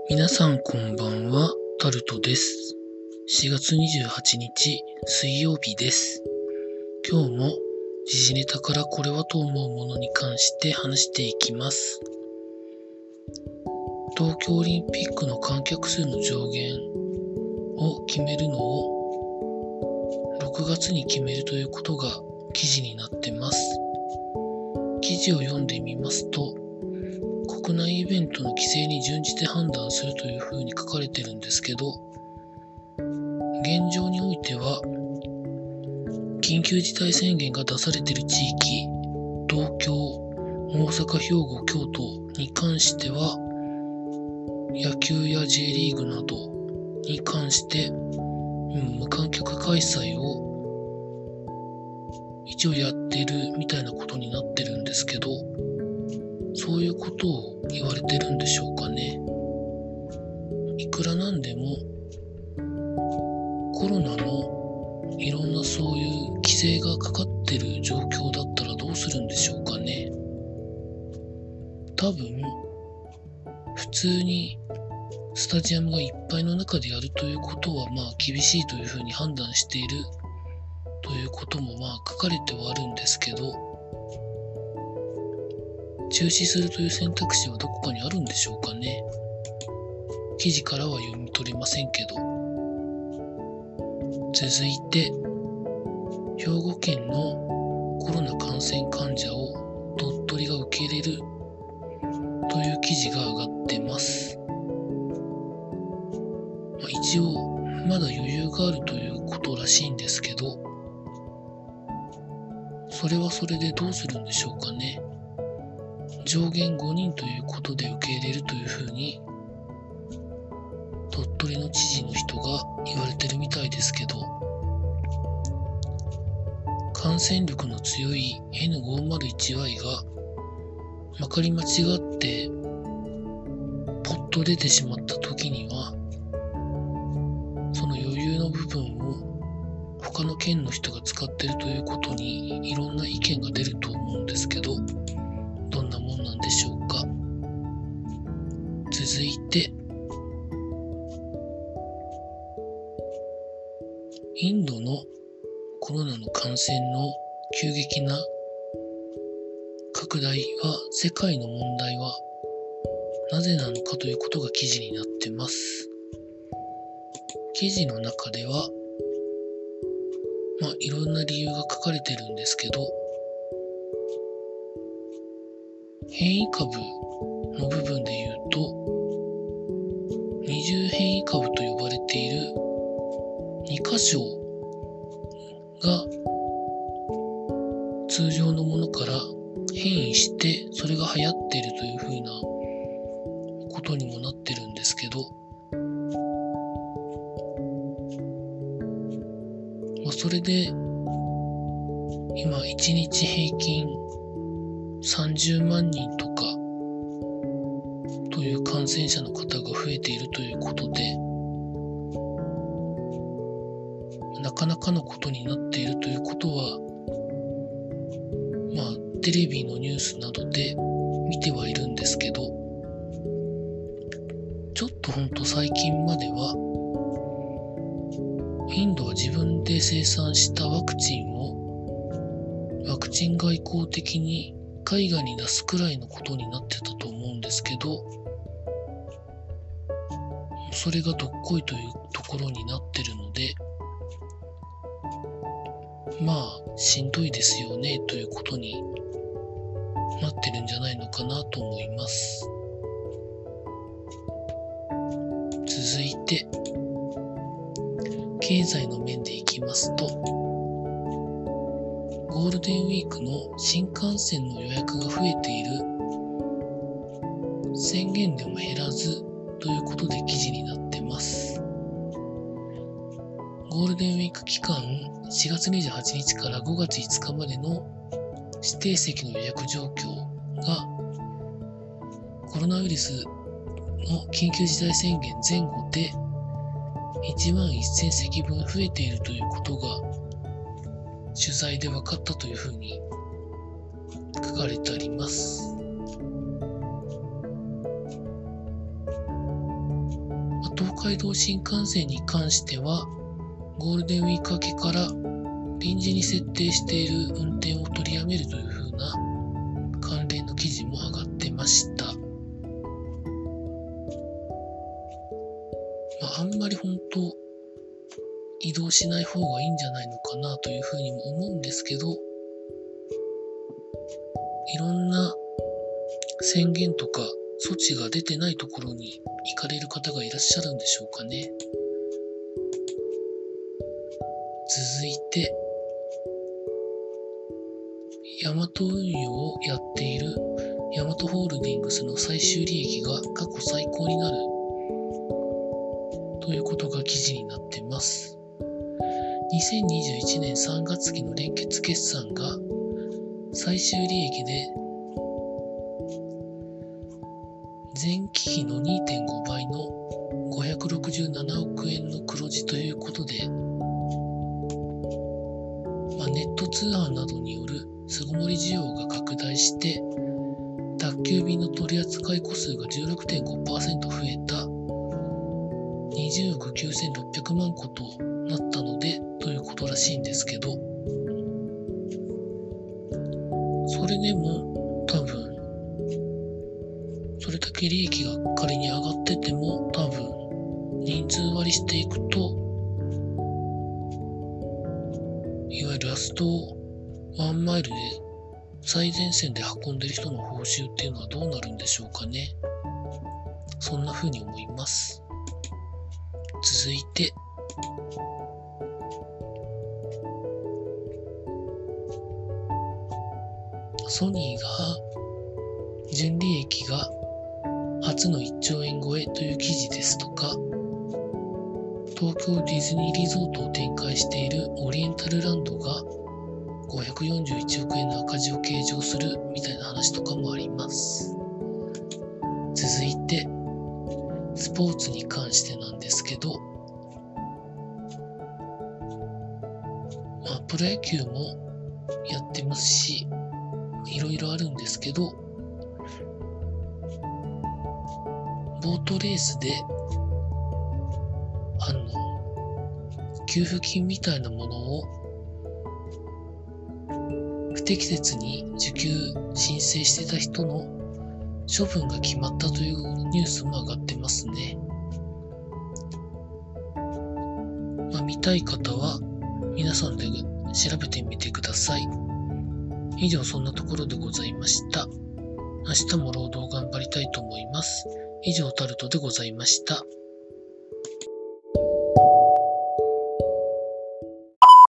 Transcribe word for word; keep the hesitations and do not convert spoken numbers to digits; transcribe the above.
皆さんこんばんは、タルトです。しがつにじゅうはちにち水曜日です。今日も時事ネタからこれはと思うものに関して話していきます。東京オリンピックの観客数の上限を決めるのをろくがつに決めるということが記事になってます。記事を読んでみますと、国内イベントの規制に準じて判断するというふうに書かれてるんですけど、現状においては緊急事態宣言が出されている地域、東京、大阪、兵庫、京都に関しては野球や J リーグなどに関して、うん、無観客開催を一応やっているみたいなことになってるんですけど、そういうことを言われてるんでしょうかね。いくらなんでもコロナのいろんなそういう規制がかかってる状況だったらどうするんでしょうかね。多分普通にスタジアムがいっぱいの中でやるということはまあ厳しいというふうに判断しているということもまあ書かれてはあるんですけど、中止するという選択肢はどこかにあるんでしょうかね。記事からは読み取れませんけど。続いて、兵庫県のコロナ感染患者を鳥取が受け入れるという記事が上がってます。まあ、一応まだ余裕があるということらしいんですけど、それはそれでどうするんでしょうかね。上限ごにんということで受け入れるというふうに鳥取の知事の人が言われてるみたいですけど、感染力の強い エヌごーまるいちワイ がまかり間違ってポッと出てしまった時には、その余裕の部分を他の県の人が使ってるということにいろんな意見が出ると思うんですけど、どんなもんなんでしょうか。続いて、インドのコロナの感染の急激な拡大は世界の問題はなぜなのかということが記事になってます。記事の中ではまあいろんな理由が書かれてるんですけど、変異株の部分で言うと、二重変異株と呼ばれているにかしょが通常のものから変異して、それが流行っているというふうなことにもなってるんですけど、まあ、それで今いちにち平均さんじゅうまんにんとかという感染者の方が増えているということで、なかなかのことになっているということは、まあテレビのニュースなどで見てはいるんですけど、ちょっとほんと最近まではインドは自分で生産したワクチンをワクチン外交的に海外に出すくらいのことになってたと思うんですけど、それがどっこいというところになってるので、まあしんどいですよねということになってるんじゃないのかなと思います。続いて、経済の面でいきますと、ゴールデンウィークの新幹線の予約が増えている、宣言でも減らずということで記事になってます。ゴールデンウィーク期間しがつにじゅうはちにちからごがついつかまでの指定席の予約状況がコロナウイルスの緊急事態宣言前後でいちまんせんせきぶん増えているということが取材で分かったというふうに書かれてあります。 海道新幹線に関しては、ゴールデンウィーク明けから臨時に設定している運転を取りやめるというふうな関連の記事も上がってました。まあ、あんまり本当移動しない方がいいんじゃないのかなというふうにも思うんですけど、いろんな宣言とか措置が出てないところに行かれる方がいらっしゃるんでしょうかね。続いて、ヤマト運輸をやっているヤマトホールディングスの最終利益が過去最高になるということが記事になっています。にせんにじゅういちねんさんがつ期の連結決算が最終利益で前期比の にてんご 倍のごひゃくろくじゅうななおくえんの黒字ということで、まあ、ネット通販などによる巣ごもり需要が拡大して宅急便の取扱個数が じゅうろくてんごパーセント 増えたにじゅうおくきゅうせんろっぴゃくまんことなったのでということらしいんですけど、それでも多分それだけ利益が仮に上がってても多分人数割りしていくと、いわゆるラストワンマイルで最前線で運んでる人の報酬っていうのはどうなるんでしょうかね。そんな風に思います。続いて、ソニーが純利益が初のいっちょうえん超えという記事ですとか、東京ディズニーリゾートを展開しているオリエンタルランドがごひゃくよんじゅういちおくえんの赤字を計上するみたいな話とかもあります。続いて、スポーツに関してなんですけど、まあ、プロ野球もやってますし、いろいろあるんですけど、ボートレースで、あの、給付金みたいなものを不適切に受給申請してた人の処分が決まったというニュースも上がってますね。まあ、見たい方は皆さんで調べてみてください。以上、そんなところでございました。明日も労働頑張りたいと思います。以上、タルトでございました。